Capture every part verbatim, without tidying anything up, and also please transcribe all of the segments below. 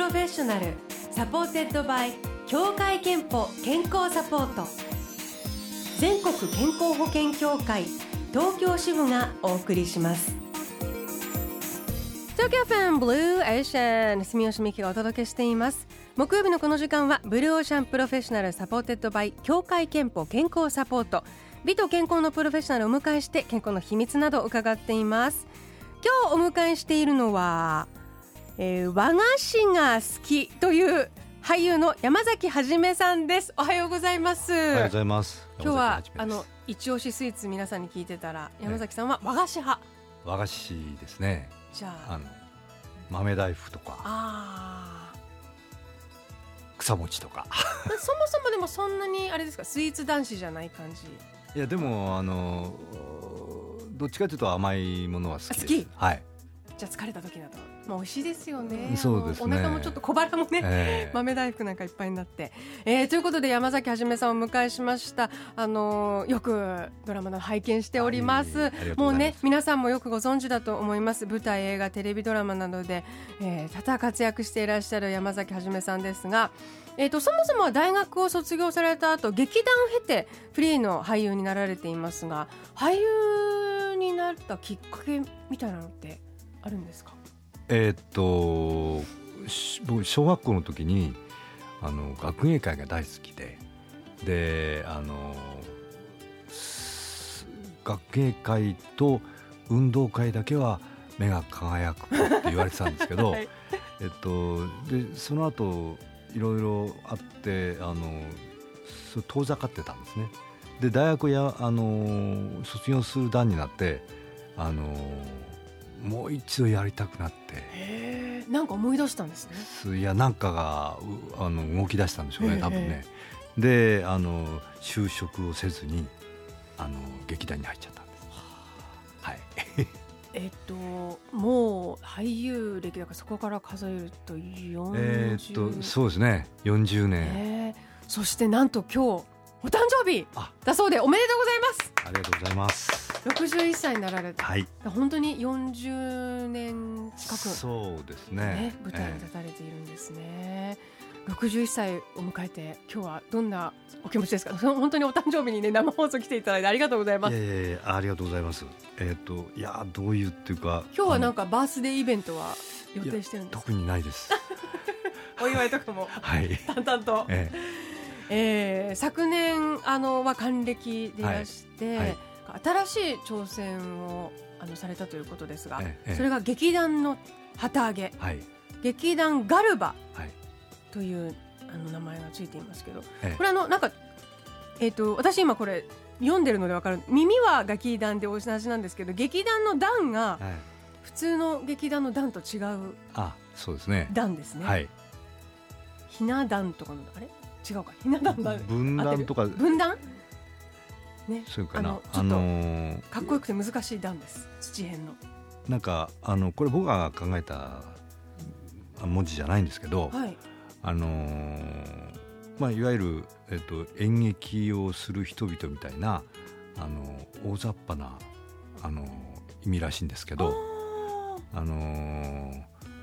ロフェッショナルサポーテッドバイ協会憲法健康サポート、全国健康保険協会東京支部がお送りします。東京フェンブルーエーシャン、住吉美希がお届けしています。木曜日のこの時間はブルーオーシャンプロフェッショナルサポーテッドバイ協会憲法健康サポート、美と健康のプロフェッショナルをお迎えして健康の秘密などを伺っています。今日お迎えしているのは、えー、和菓子が好きという俳優の山崎はじめさんです。おはようございます。 おはようございます。 今日はあの一押しスイーツ皆さんに聞いてたら、山崎さんは和菓子派。 和菓子ですね。 じゃあ、 あの豆大福とかあ草餅とかそもそもでもそんなにあれですか、スイーツ男子じゃない感じ？ いやでもあのどっちかというと甘いものは好きです。 好き、 はい。 じゃあ疲れた時など、まあ、美味しいですよね。 そうですね。 お腹もちょっと小腹もね、えー、豆大福なんかいっぱいになって、えー、ということで山崎はじめさんをお迎えしました。あのー、よくドラマの拝見しております。もうね、皆さんもよくご存知だと思います。舞台、映画、テレビドラマなどで、えー、多々活躍していらっしゃる山崎はじめさんですが、えーと、そもそもは大学を卒業された後、劇団を経てフリーの俳優になられていますが、俳優になったきっかけみたいなのってあるんですか？ えー、っと僕小学校の時にあの学芸会が大好きで、であの学芸会と運動会だけは目が輝くって言われてたんですけど、はい、えっとでその後いろいろあってあの遠ざかってたんですね。で大学やあの卒業する段になってあのもう一度やりたくなって、 へー、なんか思い出したんですね。 いやなんかがあの動き出したんでしょうね、多分ね。であの就職をせずにあの劇団に入っちゃったんです。はい。 えっともう俳優歴だからそこから数えるとよんじゅう、 えー、っとそうですね、よんじゅうねん。 そしてなんと今日お誕生日だそうで、おめでとうございます。 ありがとうございます。 ろくじゅういっさいになられて、 はい、 本当によんじゅうねん近く、 そうですね、 ね、舞台に立たれているんですね。えー、ろくじゅういっさいを迎えて今日はどんなお気持ちですか？本当にお誕生日に、ね、生放送来ていただいてありがとうございます。 いやいやいや、ありがとうございます。えー、っといやどういうっていうか、 今日はなんかバースデーイベントは予定してるんですか？ 特にないですお祝いとかも、はい、淡々と、えええー、昨年あのは還暦でいらして、はいはい、新しい挑戦をあのされたということですが、ええ、それが劇団の旗揚げ、はい、劇団ガルバという、はい、あの名前がついていますけど、ええ、これあのなんか、えーと、私今これ読んでるので分かる、耳は劇団で同じなんですけど、劇団の団が普通の劇団の団と違う、 あ、そうですね、 団ですね、 はい、 ひな壇とかのあれ違うか、ひな壇だ、 分断とか分断ね、 そうかな、 あのちょっと、あのー、かっこよくて難しい段です、土辺の。 なんかあのこれ僕が考えた文字じゃないんですけど、はい、あのーまあ、いわゆる、えっと、演劇をする人々みたいなあの大雑把なあの意味らしいんですけど、あのー、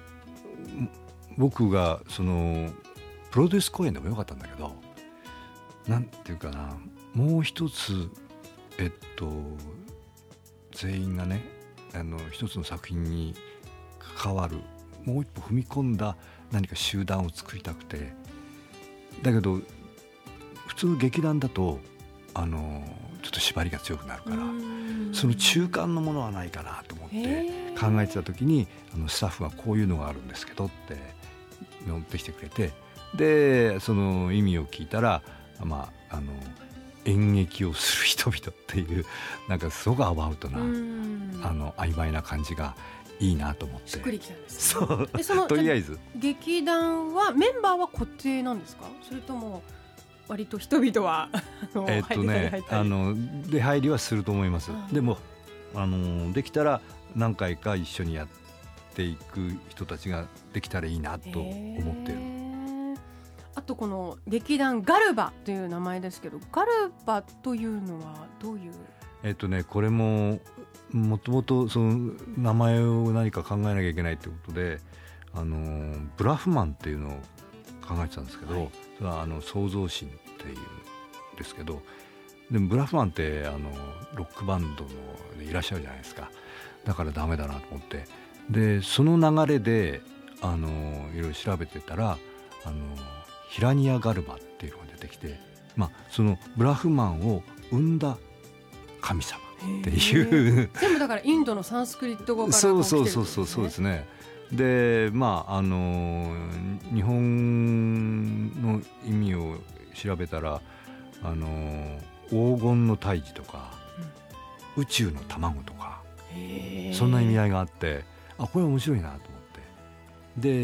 僕がそのプロデュース公演でもよかったんだけど、なんていうかな、もう一つ、えっと、全員がね、あの一つの作品に関わる、もう一歩踏み込んだ何か集団を作りたくて、だけど普通劇団だとあのちょっと縛りが強くなるから、その中間のものはないかなと思って考えてた時に、あのスタッフがこういうのがあるんですけどって持ってきてくれて、でその意味を聞いたら、まあ、あの演劇をする人々っていうなんかすごくアバウトな、あの曖昧な感じがいいなと思ってしっくりきたんです、 ね、そうでそのとりあえず劇団はメンバーは固定なんですか？それとも割と人々はえーっとね、あの出入りはすると思います。でもあのできたら何回か一緒にやっていく人たちができたらいいなと思ってる。 あとこの劇団ガルバという名前ですけど、ガルバというのはどういう？ えっとね、これももともとその名前を何か考えなきゃいけないということで、 あのブラフマンっていうのを考えてたんですけど、はい、それはあの創造神っていうんですけど、でもブラフマンってあのロックバンドのでいらっしゃるじゃないですか。だからダメだなと思って、でその流れであのいろいろ調べてたら、あのヒラニア・ガルバっていうのが出てきて、まあ、そのブラフマンを生んだ神様っていう全部だからインドのサンスクリット語から来てるんですね。 そうそうそうそうですね。でまああの日本の意味を調べたら、あの黄金の胎児とか、うん、宇宙の卵とか、そんな意味合いがあって、あこれ面白いなと思って、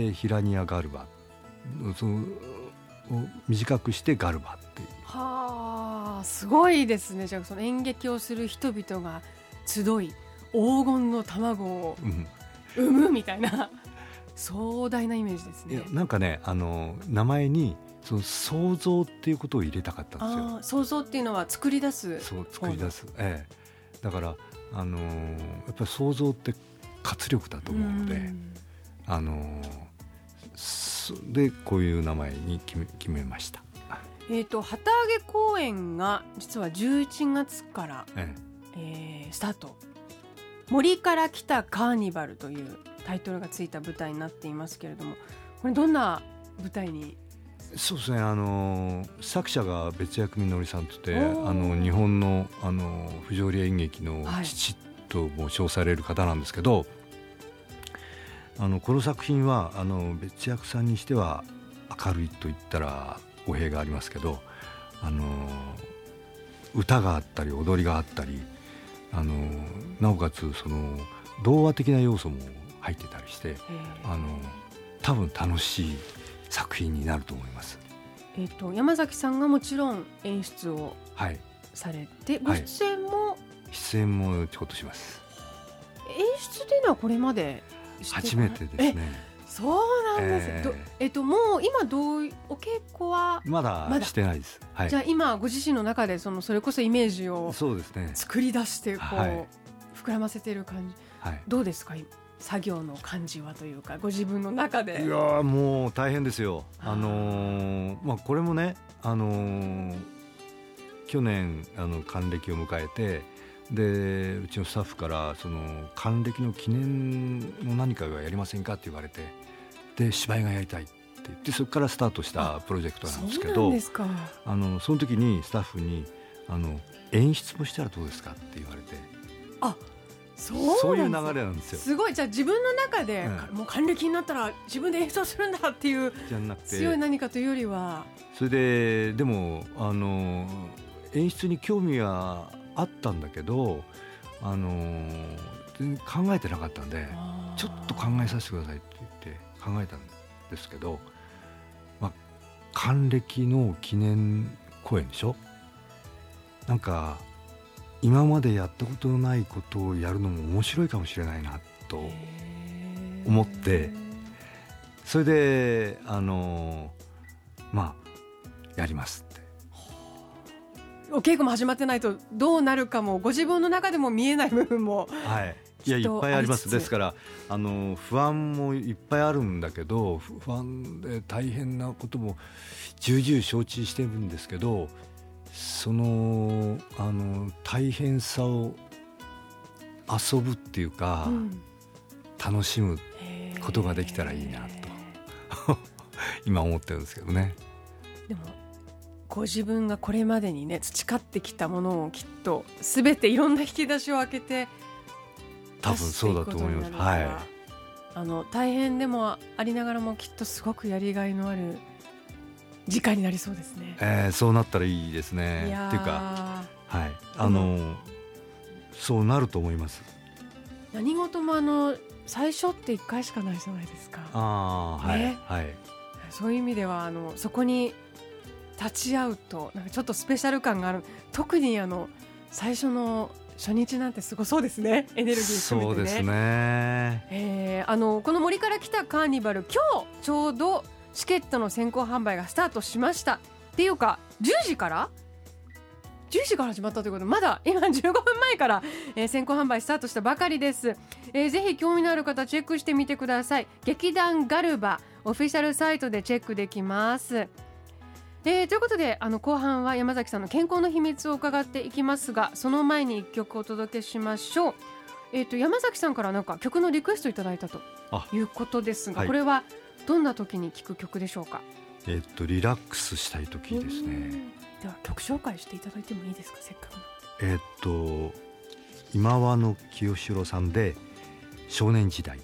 でヒラニア・ガルバそのを短くしてガルバっていう。 はあ、すごいですね。じゃあその演劇をする人々が集い黄金の卵を産むみたいな、うん、壮大なイメージですね。 いやなんかね、あの名前にその創造っていうことを入れたかったんですよ。 あ、創造っていうのは作り出す。 そう作り出す、ええ、だからあのー、やっぱり創造って活力だと思うので、あのー、でこういう名前に決め、決めました。 えーと、旗揚げ公演が実はじゅういちがつから、えええー、スタート。森から来たカーニバルというタイトルがついた舞台になっていますけれども、これどんな舞台に？ そうですね、あの作者が別役みのりさんとて、あの日本の、あの不条理演劇の父とも称される方なんですけど、はい、あのこの作品はあの別役さんにしては明るいと言ったら語弊がありますけど、あの歌があったり踊りがあったり、あのなおかつその童話的な要素も入ってたりして、あの多分楽しい作品になると思います。 えーと、山崎さんがもちろん演出をされて、はい、ご出演も、はい、 出演もちょっとします。 演出というのはこれまでして初めてですね。 そうなんです、えーえー、ともう今どうお稽古はまだしてないです、はい、 じゃあ今ご自身の中で そのそれこそイメージを作り出してこう、 はい、 膨らませている感じ、はい、どうですか作業の感じはというか、ご自分の中で。 いやもう大変ですよ。あのーまあ、これもね、あのー、去年あの還暦を迎えて、でうちのスタッフからその還暦の記念の何かがやりませんかって言われて、で芝居がやりたいって言って、そこからスタートしたプロジェクトなんですけど、 そうなんですか。 あのその時にスタッフにあの演出もしたらどうですかって言われて、 あそう、 そういう流れなんですよ。 すごい。じゃあ自分の中で、うん、もう還暦になったら自分で演奏するんだっていうじゃなくて、 強い何かというよりは、 それででもあの演出に興味はあったんだけど、あの全然考えてなかったんで、ちょっと考えさせてくださいって言って考えたんですけど、まあ、還暦の記念公演でしょ。なんか今までやったことのないことをやるのも面白いかもしれないなと思って、それであのまあやりますって。 お稽古も始まってないとどうなるかもご自分の中でも見えない部分も、 はい、いやいっぱいあります。ですからあの不安もいっぱいあるんだけど、不安で大変なことも重々承知してるんですけど、そのあの大変さを遊ぶっていうか、うん、楽しむことができたらいいなと今思ってるんですけどね。 でもご自分がこれまでにね培ってきたものをきっと全ていろんな引き出しを開けて多分そうだと思います。はい、 あの大変でもありながらもきっとすごくやりがいのある時間になりそうですね。 えー、そうなったらいいですね。っていうか、はい、あの、うん、そうなると思います。 何事もあの最初っていっかいしかないじゃないですか。 あ、ね、はいはい、 そういう意味ではあのそこに立ち会うとなんかちょっとスペシャル感がある。特にあの最初の初日なんてすごそうですね。エネルギー含めてね。 そうですね、 えー、あのこの森から来たカーニバル、今日ちょうどチケットの先行販売がスタートしました。っていうかじゅうじからじゅうじから始まったということで、まだ今じゅうごふんまえから、えー、先行販売スタートしたばかりです。えー、ぜひ興味のある方チェックしてみてください。劇団ガルバオフィシャルサイトでチェックできます。えー、ということで、あの後半は山崎さんの健康の秘密を伺っていきますが、その前にいっきょくお届けしましょう。えー、と山崎さんからなんか曲のリクエストいただいたということですが、はい、これはどんな時に聴く曲でしょうか？ えー、とリラックスしたい時ですね。 では曲紹介していただいてもいいですか、せっかくの。 えー、と今和の清志郎さんで少年時代。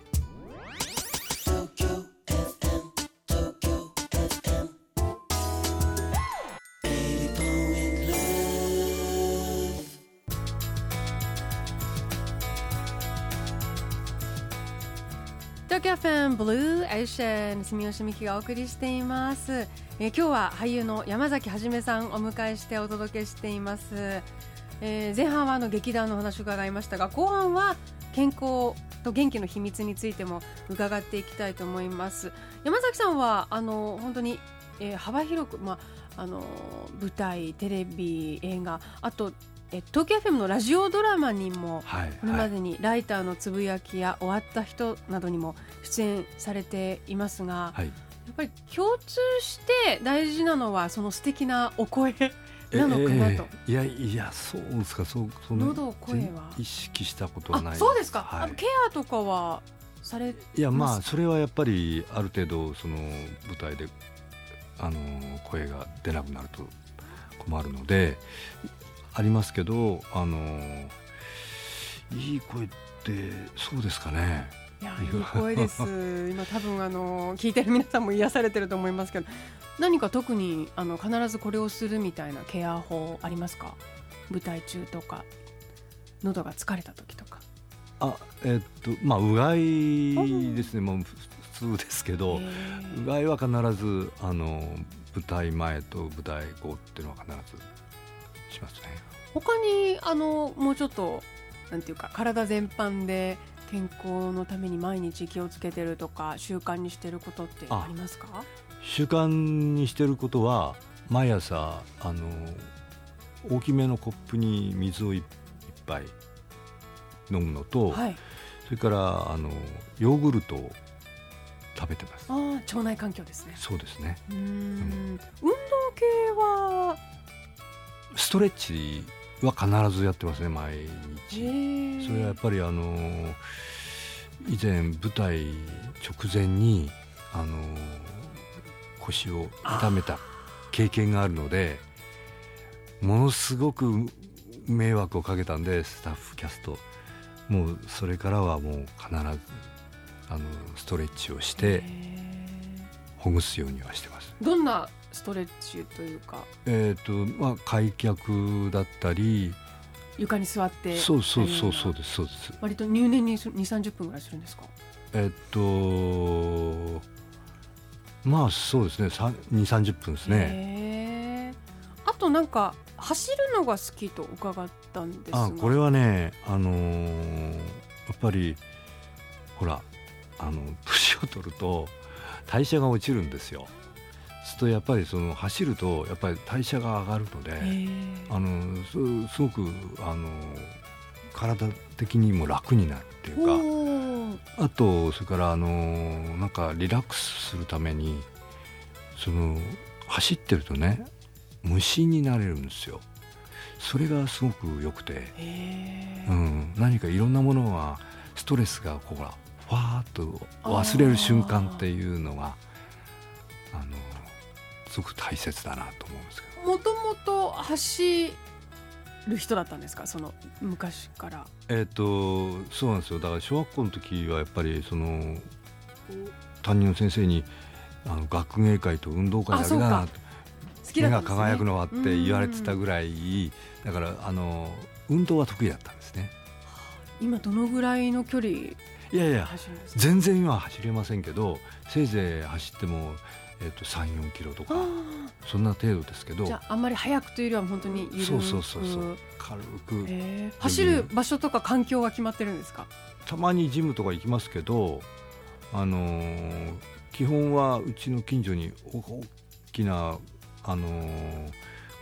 東京 エフエム ブルーエーシャン住吉美希がお送りしています。えー、今日は俳優の山崎はじめさんをお迎えしてお届けしています。えー、前半はあの劇団の話を伺いましたが、後半は健康と元気の秘密についても伺っていきたいと思います。山崎さんはあの本当に、えー、幅広く、まあ、あの舞台、テレビ、映画、あとえ東京 エフエム のラジオドラマにも、はい、これまでにライターのつぶやきや終わった人などにも出演されていますが、はい、やっぱり共通して大事なのはその素敵なお声なのかなと。 えー、いやいや、そうですか。そうその喉声は意識したことはない。 あ、そうですか。 はい、 ケアとかはされますか？ いや、まあそれはやっぱりある程度その舞台であの声が出なくなると困るのでありますけど、あのいい声ってそうですかね。 いや、いい声です。今多分あの聞いてる皆さんも癒されてると思いますけど、何か特にあの必ずこれをするみたいなケア法ありますか？舞台中とか喉が疲れた時とか。 あ、えー、っとまあうがいですね。もう普通ですけど、うがいは必ずあの舞台前と舞台後っていうのは必ずしますね。 他にあのもうちょっとなんていうか体全般で健康のために毎日気をつけてるとか習慣にしてることってありますか？ 習慣にしてることは毎朝あの大きめのコップに水をいっぱい飲むのと、はい、それからあのヨーグルトを食べてます。 あ、腸内環境ですね。 そうですね。 うーん、うん、運動系はストレッチは必ずやってますね、毎日。それはやっぱりあの以前舞台直前にあの腰を痛めた経験があるので、ものすごく迷惑をかけたんで、スタッフキャストもうそれからはもう必ずあのストレッチをしてほぐすようにはしてます。 どんなストレッチというか、 えーとまあ、開脚だったり床に座って、 そうそうそうそうですそうです。 割と入念に にじゅうさんじゅっぷんぐらいするんですか？ えっとまあそうですね、にじゅうさんじゅっぷんですね。 へー。あとなんか走るのが好きと伺ったんですが。 あ、これはね、あのー、やっぱりほらあの年を取ると代謝が落ちるんですよ。するとやっぱりその走るとやっぱり代謝が上がるので、あの す, すごくあの体的にも楽になるっていうか、あとそれからあのなんかリラックスするためにその走ってるとね、無心になれるんですよ。それがすごく良くて、うん、何かいろんなものがストレスがこうほらファーッと忘れる瞬間っていうのがあのすごく大切だなと思うんですけど。 もともと走る人だったんですか、その昔から？ えっとそうなんですよ。だから小学校の時はやっぱりその担任の先生にあの学芸会と運動会だけだなと、目が輝くのはって言われてたぐらいだから、あの運動は得意だったんですね。 今どのぐらいの距離？ いやいや全然今は走れませんけど、せいぜい走っても、えー、とさん、よんキロとかそんな程度ですけど。 じゃああんまり速くというよりは本当に緩く。 そうそうそうそう、軽く、 えー、走る場所とか環境は決まってるんですか？ たまにジムとか行きますけど、あのー、基本はうちの近所に大きな、あのー、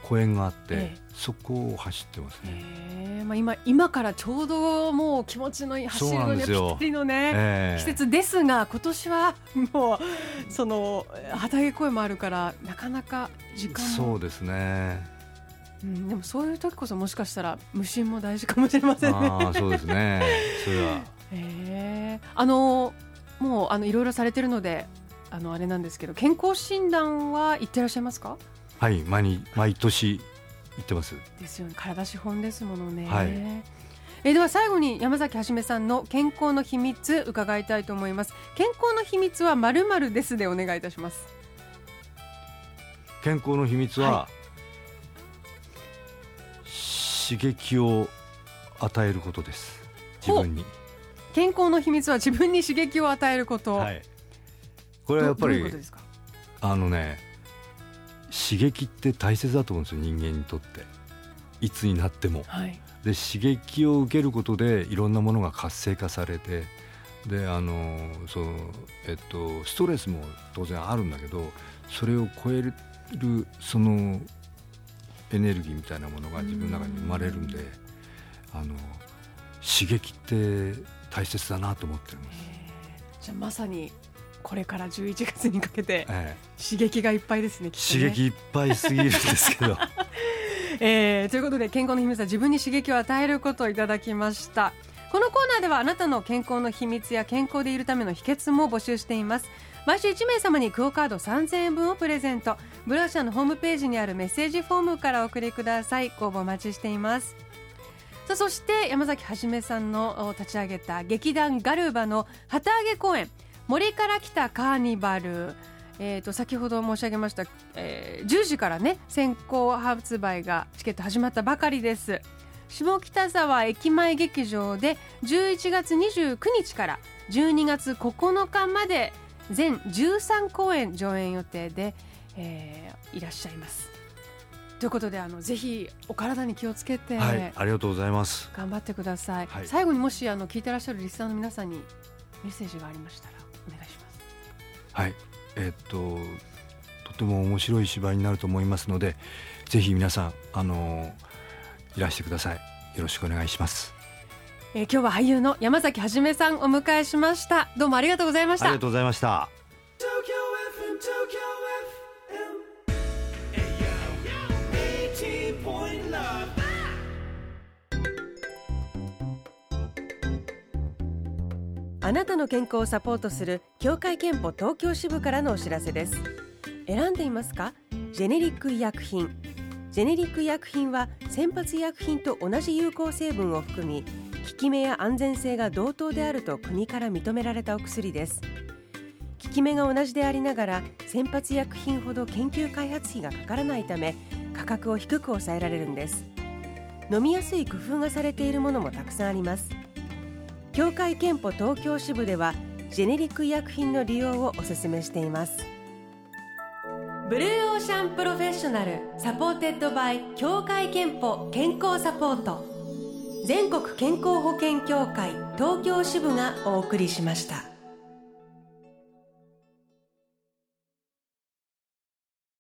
公園があって、 ええ、 そこを走ってますね。 えーまあ、今, 今からちょうどもう気持ちのいい走るのにはぴったりのね、えー、季節ですが、今年はもうその畑公園もあるからなかなか時間も。 そうですね、 うん、でもそういう時こそもしかしたら無心も大事かもしれませんね。 あそうですねそれは、 えー、あのもうあのいろいろされてるのであのあれなんですけど、健康診断は行ってらっしゃいますか？ はい、毎日毎年行ってます。ですよね、体資本ですものね、 はい。 えー、では最後に山崎はじめさんの健康の秘密伺いたいと思います。健康の秘密は〇〇ですでお願いいたします。 健康の秘密は、はい、刺激を与えることです。自分に。 健康の秘密は自分に刺激を与えること、はい、 これはやっぱりどういうことですか？ あのね、刺激って大切だと思うんですよ、人間にとって。いつになっても、はい、で刺激を受けることでいろんなものが活性化されて、であのそう、えっと、ストレスも当然あるんだけど、それを超えるそのエネルギーみたいなものが自分の中に生まれるんで、あの刺激って大切だなと思ってるんです。 じゃあまさにこれからじゅういちがつにかけて、ええ、刺激がいっぱいですね、きっとね。 刺激いっぱいすぎるんですけど、 えー、ということで健康の秘密は自分に刺激を与えることをいただきました。このコーナーではあなたの健康の秘密や健康でいるための秘訣も募集しています。毎週いち名様にクオカードさんぜんえん分をプレゼント。ブラシャーのホームページにあるメッセージフォームからお送りください。ご応募お待ちしています。さあ、そして山崎はじめさんの立ち上げた劇団ガルバの旗揚げ公演、森から来たカーニバル、えー、と先ほど申し上げました、えー、じゅうじからね先行発売がチケット始まったばかりです。下北沢駅前劇場でじゅういちがつにじゅうくにちからじゅうにがつここのかまで全じゅうさんこうえん上演予定で、えー、いらっしゃいます。ということで、あのぜひお体に気をつけて、 はい、ありがとうございます。 頑張ってください、はい、最後にもしあの聞いてらっしゃるリスナーの皆さんにメッセージがありましたらお願いします。 はい、えー、っととても面白い芝居になると思いますので、ぜひ皆さん、あのー、いらしてください。よろしくお願いします。 えー、今日は俳優の山崎はじめさんお迎えしました。どうもありがとうございました。 ありがとうございました。 あなたの健康をサポートする協会憲法東京支部からのお知らせです。選んでいますか？ジェネリック医薬品。ジェネリック医薬品は先発医薬品と同じ有効成分を含み、効き目や安全性が同等であると国から認められたお薬です。効き目が同じでありながら先発医薬品ほど研究開発費がかからないため、価格を低く抑えられるんです。飲みやすい工夫がされているものもたくさんあります。協会憲法東京支部ではジェネリック医薬品の利用をお勧めしています。ブルーオーシャンプロフェッショナルサポーテッドバイ協会憲法健康サポート、全国健康保険協会東京支部がお送りしました。